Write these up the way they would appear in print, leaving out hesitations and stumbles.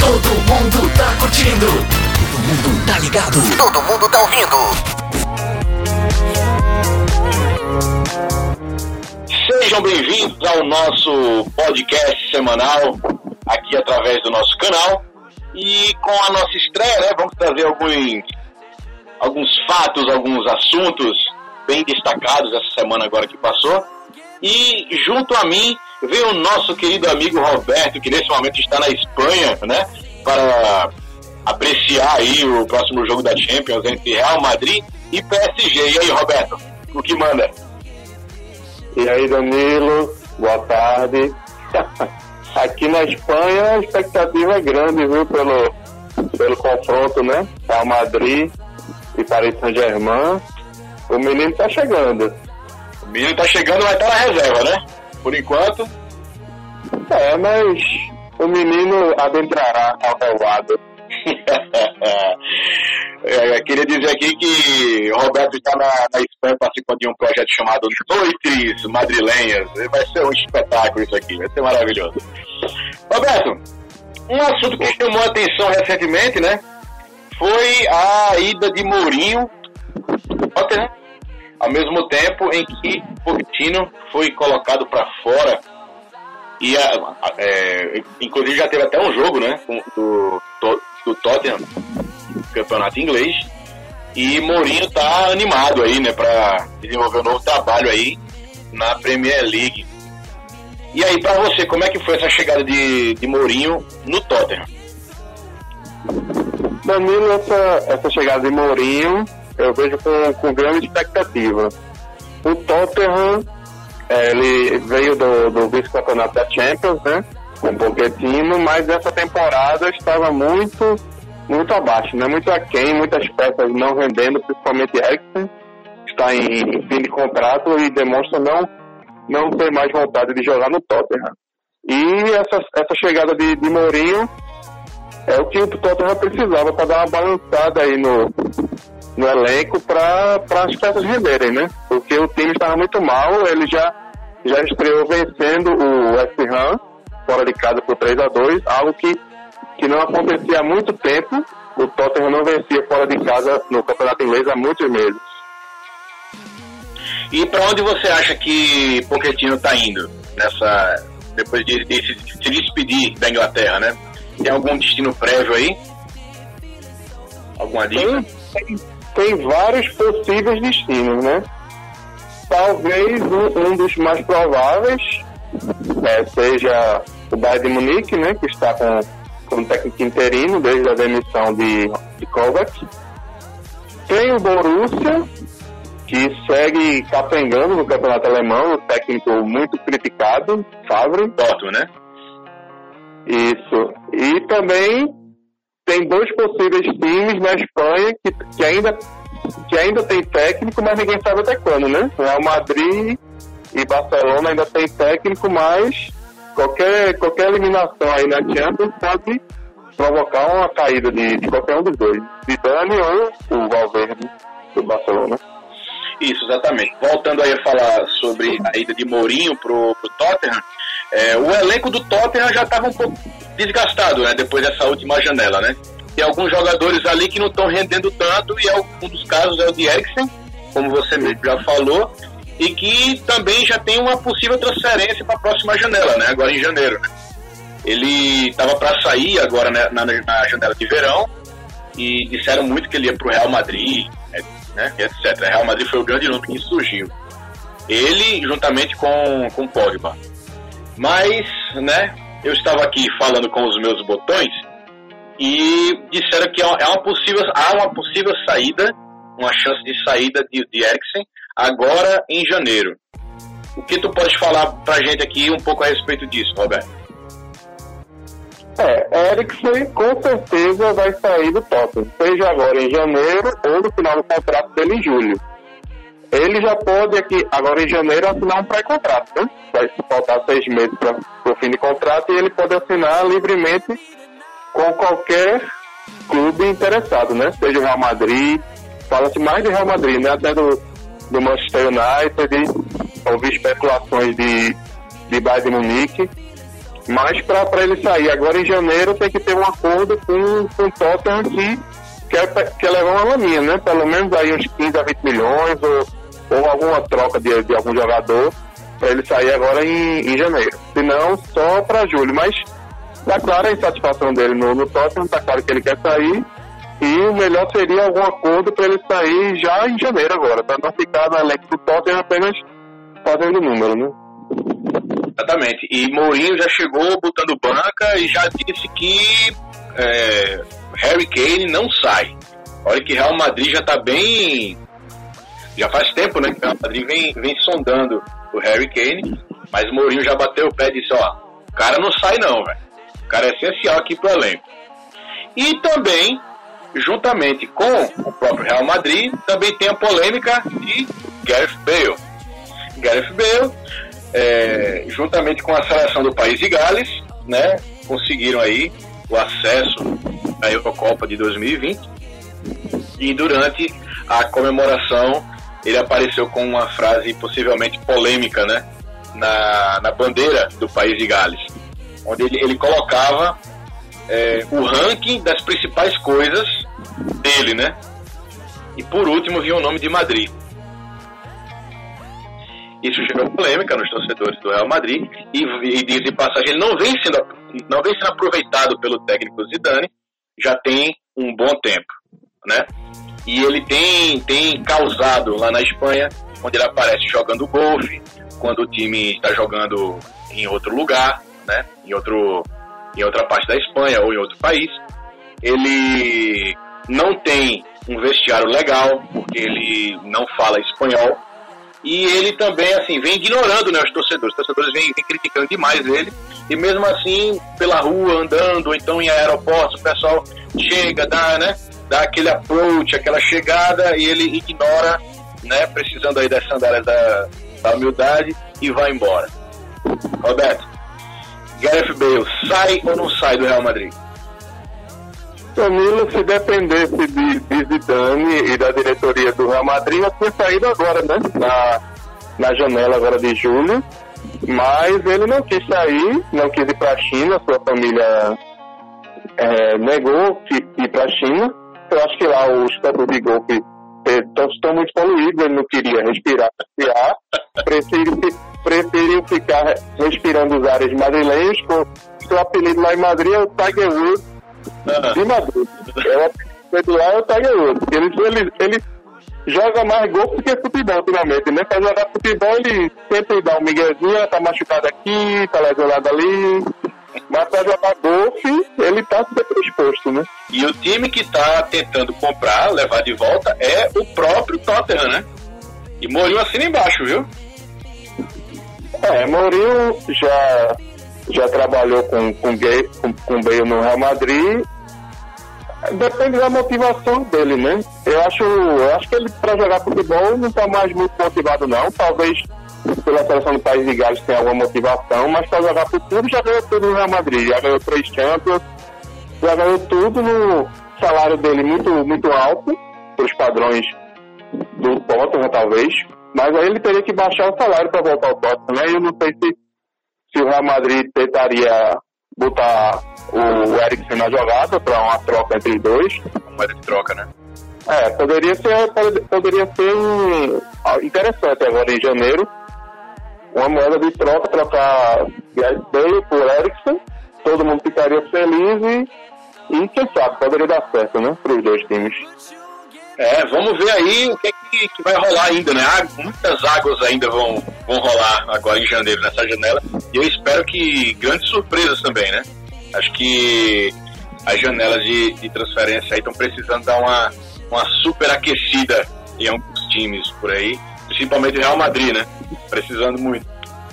Todo mundo tá curtindo, todo mundo tá ligado, todo mundo tá ouvindo. Sejam bem-vindos ao nosso podcast semanal, aqui através do nosso canal. E com a nossa estreia, né, vamos trazer alguns fatos, alguns assuntos bem destacados essa semana agora que passou. E junto a mim veio o nosso querido amigo Roberto, que nesse momento está na Espanha, né, para apreciar aí o próximo jogo da Champions entre Real Madrid e PSG. E aí, Roberto, o que manda? E aí, Danilo, boa tarde. Aqui na Espanha a expectativa é grande, viu, pelo confronto, né? Real Madrid e Paris Saint-Germain. O menino tá chegando. O menino tá chegando, vai estar na reserva, né? Por enquanto. É, mas o menino adentrará ao relvado. Eu queria dizer aqui que o Roberto está na Espanha participando de um projeto chamado Noites Madrilenhas. Vai ser um espetáculo isso aqui, vai ser maravilhoso. Roberto, um assunto que chamou a atenção recentemente, né, foi a ida de Mourinho ao mesmo tempo em que Pochettino foi colocado para fora. E inclusive já teve até um jogo, né, do Tottenham, campeonato inglês, e Mourinho tá animado aí, né, para desenvolver um novo trabalho aí na Premier League. E aí, para você, como é que foi essa chegada de Mourinho no Tottenham? Danilo, essa chegada de Mourinho eu vejo com grande expectativa. O Tottenham, ele veio do vice-campeonato da Champions, né, com Pochettino, mas essa temporada estava muito abaixo, né? Muito aquém, muitas peças não rendendo, principalmente Eriksen, que está em fim de contrato e demonstra não ter mais vontade de jogar no Tottenham. E essa chegada de Mourinho é o que o Tottenham precisava para dar uma balançada aí no elenco para as peças renderem, né? Porque o time estava muito mal, ele já estreou vencendo o West Ham fora de casa por 3-2, algo que não acontecia há muito tempo. O Tottenham não vencia fora de casa no campeonato inglês há muitos meses. E para onde você acha que Pochettino está indo depois de se despedir da Inglaterra, né? Tem algum destino prévio aí? Alguma dica? Tem vários possíveis destinos, né? Talvez um dos mais prováveis seja o Bayern de Munique, né? Que está com técnico interino desde a demissão de Kovac. Tem o Borussia, que segue capengando no campeonato alemão, um técnico muito criticado, Favre. Dortmund, né? Isso. E também tem dois possíveis times na Espanha que ainda tem técnico, mas ninguém sabe até quando, né? Real Madrid e Barcelona ainda tem técnico, mas qualquer eliminação aí na Champions pode provocar uma caída de qualquer um dos dois, Zidane ou o Valverde do Barcelona. Isso, exatamente. Voltando aí a falar sobre a ida de Mourinho pro Tottenham, o elenco do Tottenham já estava um pouco desgastado, né, depois dessa última janela, né? Tem alguns jogadores ali que não estão rendendo tanto, e um dos casos é o de Eriksen, como você mesmo já falou, e que também já tem uma possível transferência para a próxima janela, né? Agora em janeiro, né? Ele estava para sair agora, né, na janela de verão, e disseram muito que ele ia para o Real Madrid, né, etc. O Real Madrid foi o grande nome que surgiu. Ele, juntamente com Pogba. Mas, né, eu estava aqui falando com os meus botões e disseram que há uma possível saída, uma chance de saída de Eriksen agora em janeiro. O que tu pode falar pra gente aqui um pouco a respeito disso, Roberto? Eriksen com certeza vai sair do Tottenham, seja agora em janeiro ou no final do contrato dele em julho. Ele já pode aqui, agora em janeiro, assinar um pré-contrato, né? Vai faltar 6 meses para o fim de contrato e ele pode assinar livremente com qualquer clube interessado, né? Seja o Real Madrid, fala-se mais de Real Madrid, né? Até do Manchester United, ouvi especulações de Bayern de Munique. Mas para ele sair agora em janeiro tem que ter um acordo com o Tottenham que quer levar uma laminha, né? Pelo menos aí uns 15 a 20 milhões ou alguma troca de algum jogador para ele sair agora em janeiro. Se não, só para julho. Mas tá claro a insatisfação dele no Tottenham, tá claro que ele quer sair e o melhor seria algum acordo para ele sair já em janeiro agora, para não ficar na elenco do Tottenham apenas fazendo número, né? Exatamente. E Mourinho já chegou botando banca e já disse que Harry Kane não sai. Olha que Real Madrid já tá bem... Já faz tempo, né, que o Real Madrid vem sondando o Harry Kane, mas o Mourinho já bateu o pé e disse, ó, o cara não sai não, velho. O cara é essencial aqui pro elenco. E também, juntamente com o próprio Real Madrid, também tem a polêmica de Gareth Bale. Gareth Bale, juntamente com a seleção do País de Gales, né, conseguiram aí o acesso à Eurocopa de 2020 e durante a comemoração ele apareceu com uma frase possivelmente polêmica, né, na bandeira do País de Gales, onde ele colocava o ranking das principais coisas dele, né, e por último vinha o nome de Madrid. Isso gerou polêmica nos torcedores do Real Madrid e diz de passagem, ele não vem sendo aproveitado pelo técnico Zidane já tem um bom tempo, né? E ele tem causado lá na Espanha, onde ele aparece jogando golfe, quando o time está jogando em outro lugar, né? Em outra parte da Espanha ou em outro país. Ele não tem um vestiário legal, porque ele não fala espanhol. E ele também, assim, vem ignorando, né, os torcedores. Os torcedores vêm criticando demais ele. E mesmo assim, pela rua, andando, ou então em aeroportos, o pessoal chega, dá aquele approach, aquela chegada, e ele ignora, né, precisando aí das sandálias da humildade, e vai embora. Roberto, Gareth Bale sai ou não sai do Real Madrid? Danilo, se dependesse de Zidane e da diretoria do Real Madrid, já tinha saído agora, né? Na janela agora de julho. Mas ele não quis sair, não quis ir para a China, sua família negou ir para a China. Eu acho que lá os campos de golfe estão muito poluídos, ele não queria respirar ar, preferiu ficar respirando os ares madrilenhos, com seu apelido lá em Madrid é o Tiger Woods de Madrid. O apelido lá é o Tiger Woods. Ele joga mais golfe do que futebol, ultimamente, né? Pra jogar futebol ele sempre dá um miguezinho, tá machucado aqui, tá lesionado ali. Mas pra jogar golfe, ele tá sempre exposto, né? E o time que tá tentando comprar, levar de volta, é o próprio Tottenham, né? E Mourinho assina embaixo, viu? Mourinho já trabalhou com Bale no Real Madrid. Depende da motivação dele, né? Eu acho que ele, pra jogar futebol, não tá mais muito motivado, não. Talvez pela seleção do País de Gales tenha alguma motivação, mas pra jogar futebol já ganhou tudo no Real Madrid. Já ganhou 3 Champions, já ganhou tudo no salário dele muito alto, pelos padrões do Tottenham, talvez. Mas aí ele teria que baixar o salário para voltar ao Tottenham, né? Eu não sei se o Real Madrid tentaria botar o Eriksen na jogada para uma troca entre os dois. Uma moeda de troca, né? Poderia ser interessante agora em janeiro. Uma moeda de trocar Bale por Eriksen. Todo mundo ficaria feliz e quem sabe, poderia dar certo, né? Para os dois times. Vamos ver aí o que vai rolar ainda, né? Muitas águas ainda vão rolar agora em janeiro nessa janela. E eu espero que grandes surpresas também, né? Acho que as janelas de transferência aí estão precisando dar uma super aquecida em alguns times por aí. Principalmente o Real Madrid, né? Precisando muito.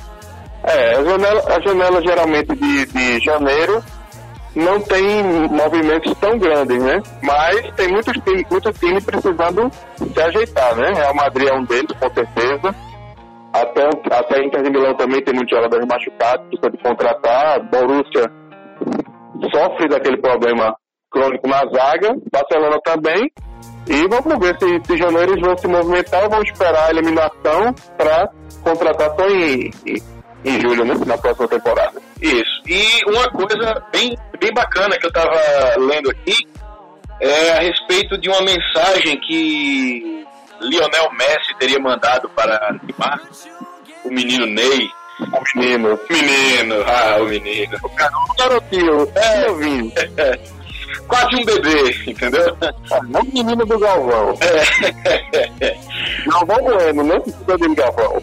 A janela geralmente de janeiro não tem movimentos tão grandes, né? Mas tem muitos times precisando se ajeitar, né? Real Madrid é um deles, com certeza. Até Inter de Milão também tem muitos jogadores machucados, precisa de contratar. Borussia sofre daquele problema crônico na zaga. Barcelona também. E vamos ver se em janeiro eles vão se movimentar ou vão esperar a eliminação para contratar só em julho, né? Na próxima temporada. Isso. E uma coisa bem bacana que eu estava lendo aqui é a respeito de uma mensagem que Lionel Messi teria mandado para Neymar, o menino Ney. O menino. O menino. O garotinho. Novinho. Quase um bebê, entendeu? Não o menino do Galvão. Galvão Bueno, né? Precisa dele Galvão.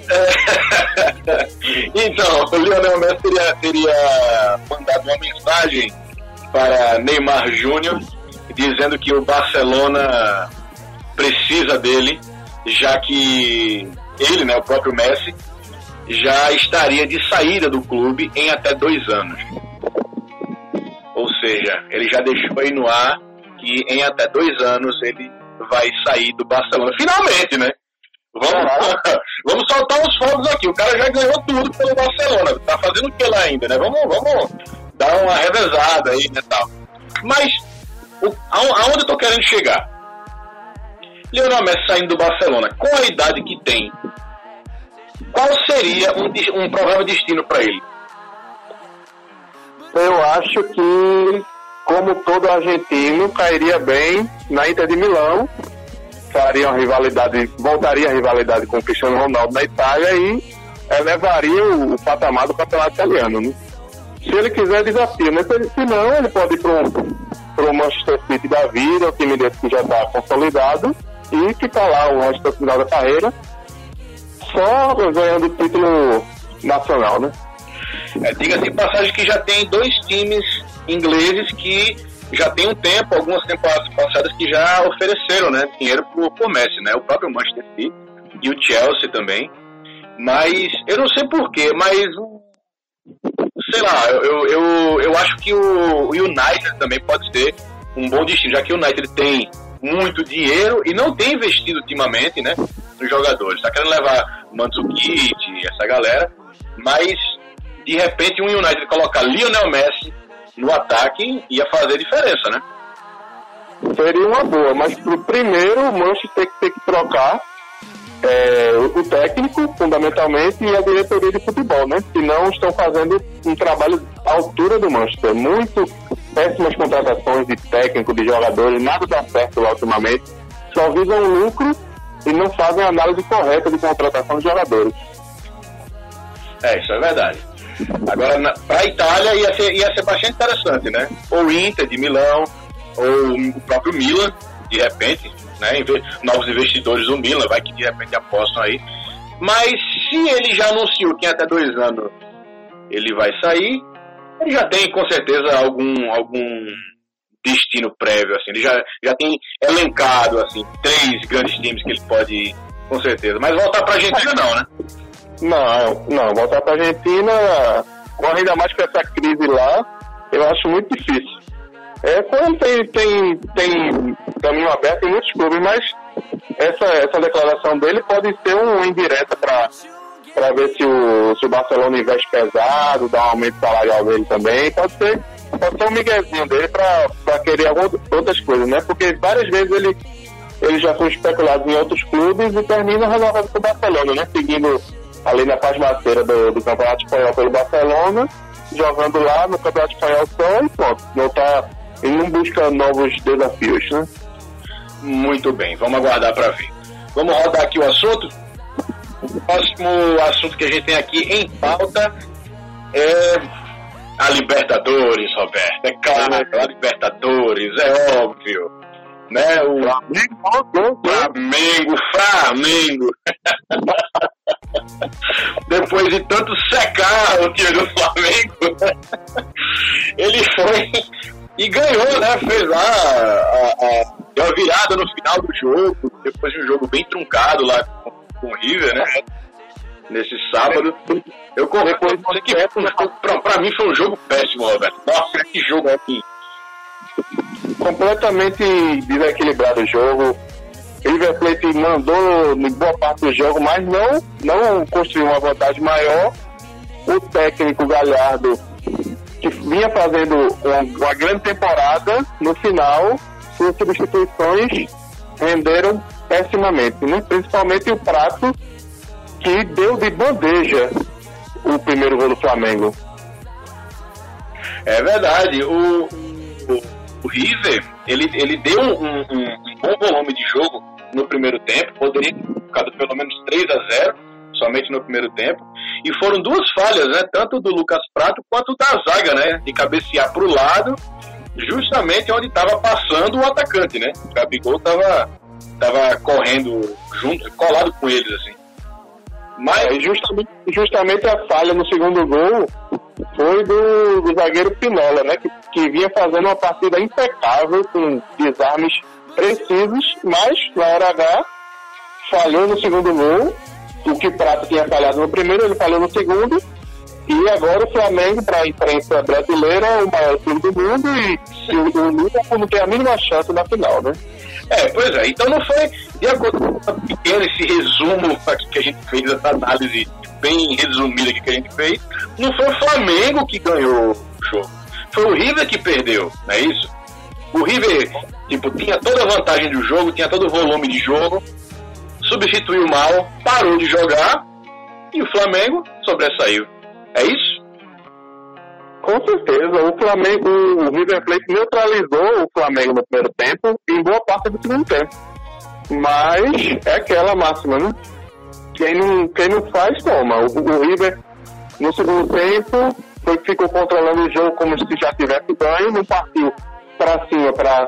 Então, o Lionel Messi teria mandado uma mensagem para Neymar Júnior dizendo que o Barcelona precisa dele, já que ele, né, o próprio Messi, já estaria de saída do clube em até 2 anos. Ou seja, ele já deixou aí no ar que em até 2 anos ele vai sair do Barcelona. Finalmente, né? Vamos soltar os fogos aqui. O cara já ganhou tudo pelo Barcelona. Tá fazendo o que lá ainda, né? Vamos dar uma revezada aí, né, tal. Mas, aonde eu tô querendo chegar? Lionel Messi saindo do Barcelona, com a idade que tem, qual seria um provável destino para ele? Eu acho que, como todo argentino, cairia bem na Inter de Milão, voltaria a rivalidade com o Cristiano Ronaldo na Itália e elevaria o patamar do campeonato italiano, né? Se ele quiser, desafio, né? Se não, ele pode ir para o Manchester City da vida, o time desse que já está consolidado, e ficar lá o resto da final da carreira, só ganhando o título nacional, né? Diga-se de passagem que já tem 2 times ingleses que já tem um tempo, algumas temporadas passadas, que já ofereceram, né, dinheiro pro Messi, né? O próprio Manchester City e o Chelsea também. Mas eu não sei porquê, mas sei lá, eu acho que o United também pode ser um bom destino, já que o United tem muito dinheiro e não tem investido ultimamente, né, nos jogadores. Tá querendo levar Mandzukic, essa galera, mas de repente um United colocar Lionel Messi no ataque ia fazer diferença, né? Seria uma boa, mas primeiro o Manchester tem que trocar o técnico, fundamentalmente, e a diretoria de futebol, né? Que não estão fazendo um trabalho à altura do Manchester. Muito péssimas contratações de técnico, de jogadores, nada dá certo lá ultimamente. Só visam lucro e não fazem a análise correta de contratação de jogadores. Isso é verdade. Agora, para a Itália ia ser bastante interessante, né? Ou Inter de Milão, ou o próprio Milan, de repente, né? Novos investidores do Milan, vai que de repente apostam aí. Mas se ele já anunciou que até 2 anos ele vai sair, ele já tem com certeza algum destino prévio, assim. Ele já tem elencado, assim, 3 grandes times que ele pode ir, com certeza. Mas voltar para a Argentina não, né? Não, voltar para a Argentina, ainda mais com essa crise lá, eu acho muito difícil. Quando tem caminho aberto em muitos clubes, mas essa declaração dele pode ser uma indireta para ver se o Barcelona investe pesado, dá um aumento salarial dele também, pode ser um miguezinho dele para querer outras coisas, né? Porque várias vezes ele já foi especulado em outros clubes e termina renovando com o Barcelona, né? Seguindo ali na pasmaceira do Campeonato Espanhol pelo Barcelona, jogando lá no Campeonato Espanhol só e pronto. Ele não busca novos desafios, né? Muito bem, vamos aguardar para ver. Vamos rodar aqui o assunto. O próximo assunto que a gente tem aqui em pauta é a Libertadores, Roberto. É claro, a Libertadores, é óbvio. Né? O Flamengo. Depois de tanto secar o time do Flamengo, ele foi e ganhou, né? Fez lá deu a virada no final do jogo, depois de um jogo bem truncado lá com o River, né? Nesse sábado. Eu corri por isso que pra mim foi um jogo péssimo, Roberto. Nossa, que jogo aqui. Completamente desequilibrado o jogo. River Plate mandou em boa parte do jogo, mas não construiu uma vantagem maior. O técnico Galhardo, que vinha fazendo uma grande temporada, no final, suas substituições renderam pessimamente, né? Principalmente o Prato, que deu de bandeja o primeiro gol do Flamengo. É verdade, o River, ele deu um bom volume de jogo no primeiro tempo, poderia ter ficado pelo menos 3-0, somente no primeiro tempo, e foram duas falhas, né, tanto do Lucas Prato quanto da zaga, né, de cabecear para o lado, justamente onde estava passando o atacante, né, o Gabigol estava correndo junto, colado com eles, assim. Mas justamente a falha no segundo gol foi do zagueiro Pinola, né? Que vinha fazendo uma partida impecável, com desarmes precisos, mas na hora H falhou no segundo gol. O que Prato tinha falhado no primeiro, ele falhou no segundo. E agora o Flamengo, para a imprensa brasileira, é o maior time do mundo e o Liverpool não tem a mínima chance na final, né? Pois é, então não foi, de acordo com esse resumo aqui que a gente fez, essa análise bem resumida aqui que a gente fez, não foi o Flamengo que ganhou o jogo, foi o River que perdeu, não é isso? O River, tinha toda a vantagem do jogo, tinha todo o volume de jogo, substituiu mal, parou de jogar e o Flamengo sobressaiu. É isso? Com certeza, o River Plate neutralizou o Flamengo no primeiro tempo e em boa parte do segundo tempo. Mas é aquela máxima, né? Quem não faz, toma. O River, no segundo tempo, ficou controlando o jogo como se já tivesse ganho, não partiu para cima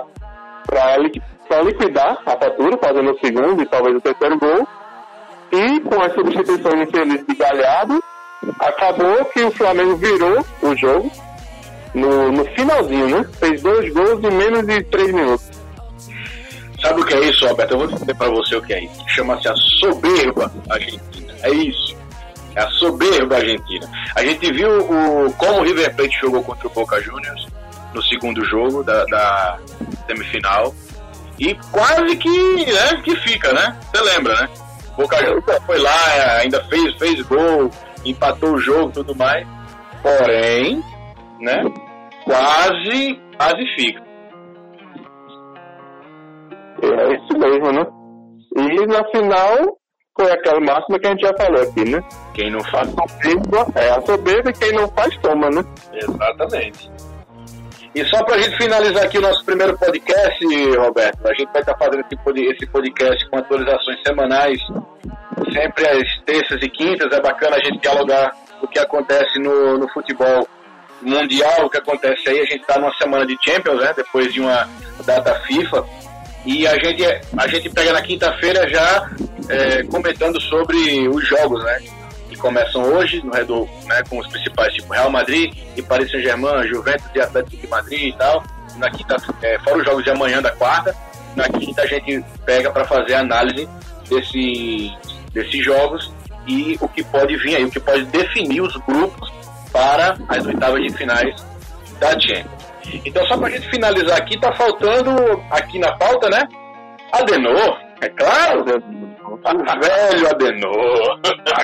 para liquidar a fatura, fazendo o segundo e talvez o terceiro gol. E com a substituição infeliz de Galhardo, acabou que o Flamengo virou o jogo no finalzinho, né? Fez 2 gols em menos de 3 minutos. Sabe o que é isso, Roberto? Eu vou dizer pra você o que é isso. Chama-se a soberba argentina. É isso. É a soberba argentina. A gente viu como o River Plate jogou contra o Boca Juniors no segundo jogo da semifinal. E quase que fica, né? Você lembra, né? O Boca Juniors foi lá, ainda fez gol, empatou o jogo e tudo mais. Porém, né? Quase fica. É isso mesmo, né? E na final foi aquela máxima que a gente já falou aqui, né? Quem não faz... a soberba e quem não faz, toma, né? Exatamente. E só pra gente finalizar aqui o nosso primeiro podcast, Roberto, a gente vai estar fazendo esse podcast com atualizações semanais, sempre às terças e quintas. É bacana a gente dialogar o que acontece no futebol mundial, o que acontece aí. A gente está numa semana de Champions, né? Depois de uma data FIFA. E a gente pega na quinta-feira já comentando sobre os jogos, né? Que começam hoje no redor, né? Com os principais, tipo Real Madrid e Paris Saint-Germain, Juventus e Atlético de Madrid e tal. Na quinta, fora os jogos de amanhã da quarta. Na quinta a gente pega para fazer a análise desses jogos e o que pode vir aí, o que pode definir os grupos para as oitavas de finais da Champions. Então, só pra gente finalizar aqui, tá faltando aqui na pauta, né? Adenor, é claro, o velho Adenor.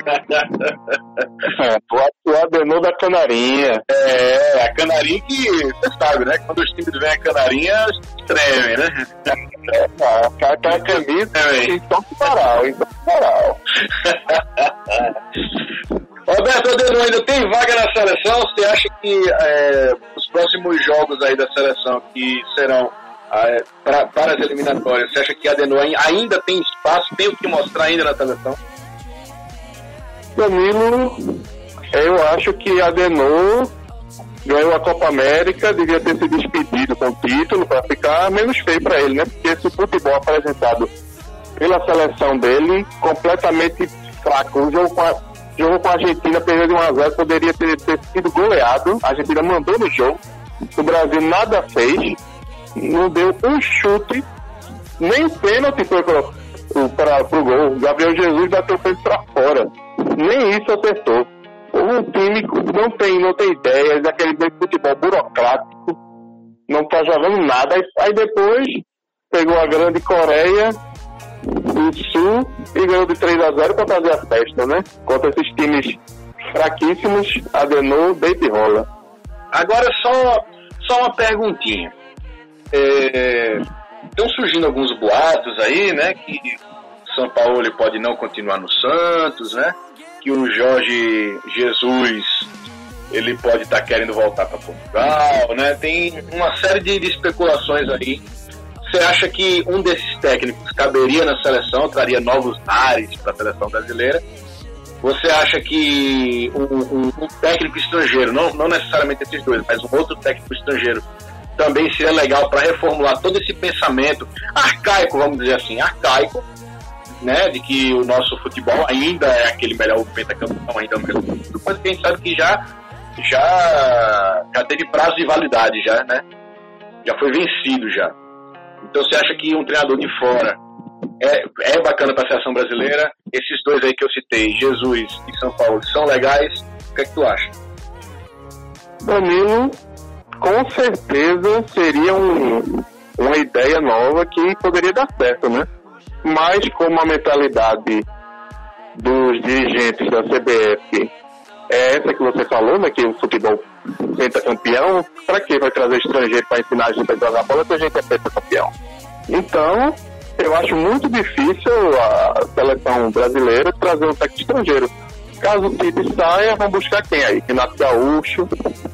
O Adenor da Canarinha. A Canarinha que, você sabe, né? Quando os times vêm a Canarinha, tremem, né? A camisa em toque moral, Roberto Adenor, ainda tem vaga na seleção? Você acha que os próximos jogos aí da seleção que serão para as eliminatórias, você acha que Adenor ainda tem espaço, tem o que mostrar ainda na seleção? Danilo, eu acho que Adenor ganhou a Copa América, devia ter se despedido com o título para ficar menos feio para ele, né? Porque esse futebol apresentado pela seleção dele, completamente fraco. O jogo com a Argentina, perdeu de 1-0, poderia ter sido goleado. A Argentina mandou no jogo, o Brasil nada fez, não deu um chute, nem pênalti foi pro gol. Gabriel Jesus bateu o pênalti pra fora, nem isso acertou. O time não tem ideias, aquele futebol burocrático, não tá jogando nada. Aí depois pegou a grande Coreia do Sul e ganhou de 3-0 para fazer a festa, né? Contra esses times fraquíssimos, Adenor, deita e rola. Agora só uma perguntinha. Estão surgindo alguns boatos aí, né? Que São Paulo pode não continuar no Santos, né? que o Jorge Jesus ele pode estar querendo voltar para Portugal, né? Tem uma série de especulações aí. Você acha que um desses técnicos caberia na seleção, traria novos ares para a seleção brasileira? Você acha que um técnico estrangeiro, não necessariamente esses dois, mas um outro técnico estrangeiro, também seria legal para reformular todo esse pensamento arcaico, vamos dizer assim, arcaico, né, de que o nosso futebol ainda é aquele melhor pentacampeão, ainda é o melhor, mas quem sabe que já teve prazo de validade, já, né? Já foi vencido já. Então você acha que um treinador de fora é bacana para a seleção brasileira? Esses dois aí que eu citei, Jesus e São Paulo, são legais? O que é que tu acha? Danilo, com certeza seria uma ideia nova que poderia dar certo, né? Mas como a mentalidade dos dirigentes da CBF é essa que você falou, né? Que o futebol pentacampeão, para que vai trazer estrangeiro para ensinar a gente a jogar bola se a gente é pentacampeão? Então, eu acho muito difícil a seleção brasileira trazer um técnico estrangeiro. Caso o Tite saia, vão buscar quem aí? Renato Gaúcho,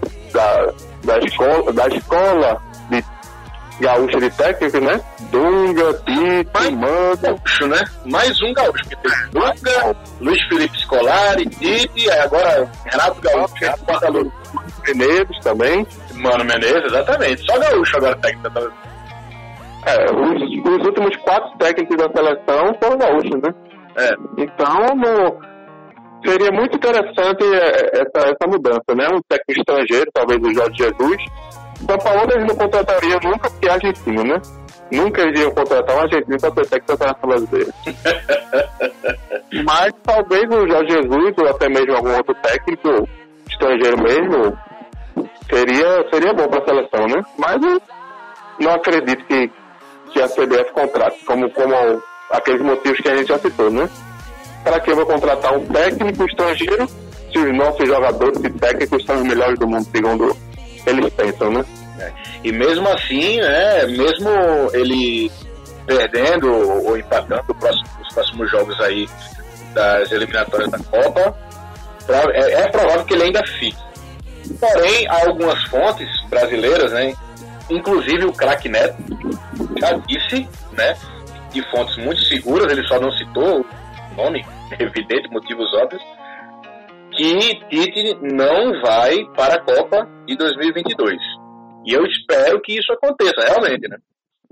da escola de gaúcha de técnico, né? Dunga, Tite, Manda. Gaúcho, né? Mais um gaúcho que tem. Dunga, Luiz Felipe Scolari, Tite, agora Renato Gaúcho. Mano Menezes também. Mano Menezes, exatamente. Só gaúcho agora técnico. Os últimos 4 técnicos da seleção foram gaúchos, né? Então, seria muito interessante essa mudança, né? Um técnico estrangeiro, talvez o Jorge Jesus. São Paulo eles não contratariam nunca porque é argentino, né? Nunca eles iam contratar um argentino para ser técnico da seleção brasileira. Mas talvez o Jorge Jesus ou até mesmo algum outro técnico estrangeiro mesmo seria bom para a seleção, né? Mas eu não acredito que a CBF contrate, como aqueles motivos que a gente já citou, né? Para que eu vou contratar um técnico estrangeiro se os nossos jogadores e técnicos são os melhores do mundo, segundo eles pensam, né? E mesmo assim, né, mesmo ele perdendo ou empatando os próximos jogos aí das eliminatórias da Copa, é provável que ele ainda fique. Porém, há algumas fontes brasileiras, né, inclusive o craque Neto já disse, né, de fontes muito seguras, ele só não citou o nome, evidente, motivos óbvios, que Tite não vai para a Copa de 2022. E eu espero que isso aconteça, realmente, né?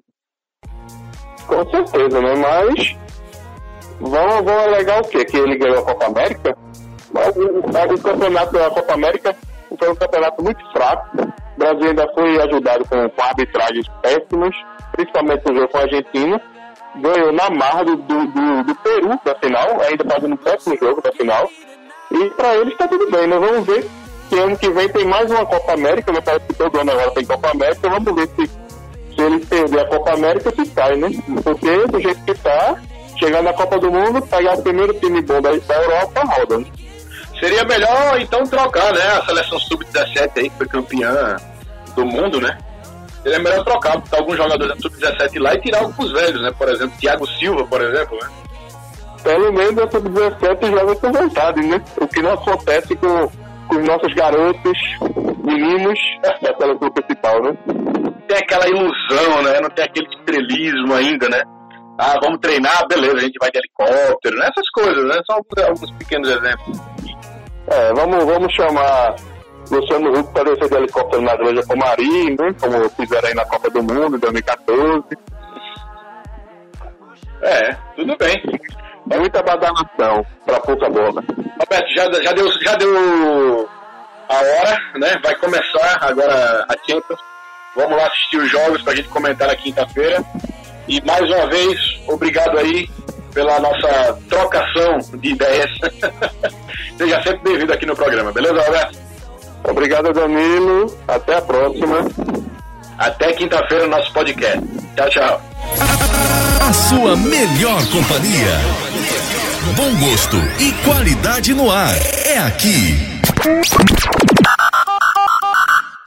Com certeza, né? Mas vão alegar o quê? Que ele ganhou a Copa América? O campeonato da Copa América foi um campeonato muito fraco. O Brasil ainda foi ajudado com arbitragens péssimas, principalmente no jogo com a Argentina. Ganhou na marra do Peru na final, ainda fazendo um péssimo jogo na final. E para eles está tudo bem, nós vamos ver que ano que vem tem mais uma Copa América, né? Parece que todo ano agora tem Copa América, vamos ver se ele perder a Copa América, se cai, né? Porque do jeito que tá, chegar na Copa do Mundo, pegar o primeiro time bom da Europa, roda, né? Seria melhor então trocar, né? A seleção sub-17 aí, que foi campeã do mundo, né? Seria melhor trocar, botar alguns jogadores da sub-17 lá e tirar alguns velhos, né? Por exemplo, Thiago Silva, por exemplo, né? Pelo menos a sub-17 joga com vontade, né? O que não acontece com os nossos garotos, meninos da seleção principal, né? Tem aquela ilusão, né? Não tem aquele estrelismo ainda, né? Ah, vamos treinar, beleza, a gente vai de helicóptero, né? Essas coisas, né? Só alguns pequenos exemplos. Vamos chamar Luciano Huck para descer de helicóptero na Granja Comari, né? Como fizeram aí na Copa do Mundo em 2014. Tudo bem. Muita badalação para pouca bola. Roberto, já deu a hora, né? Vai começar agora a Champions. Vamos lá assistir os jogos pra gente comentar na quinta-feira. E mais uma vez, obrigado aí pela nossa trocação de ideias. Seja sempre bem-vindo aqui no programa, beleza, Roberto? Obrigado, Danilo. Até a próxima. Até quinta-feira no nosso podcast. Tchau, tchau. A sua melhor companhia. Bom gosto e qualidade no ar. É aqui.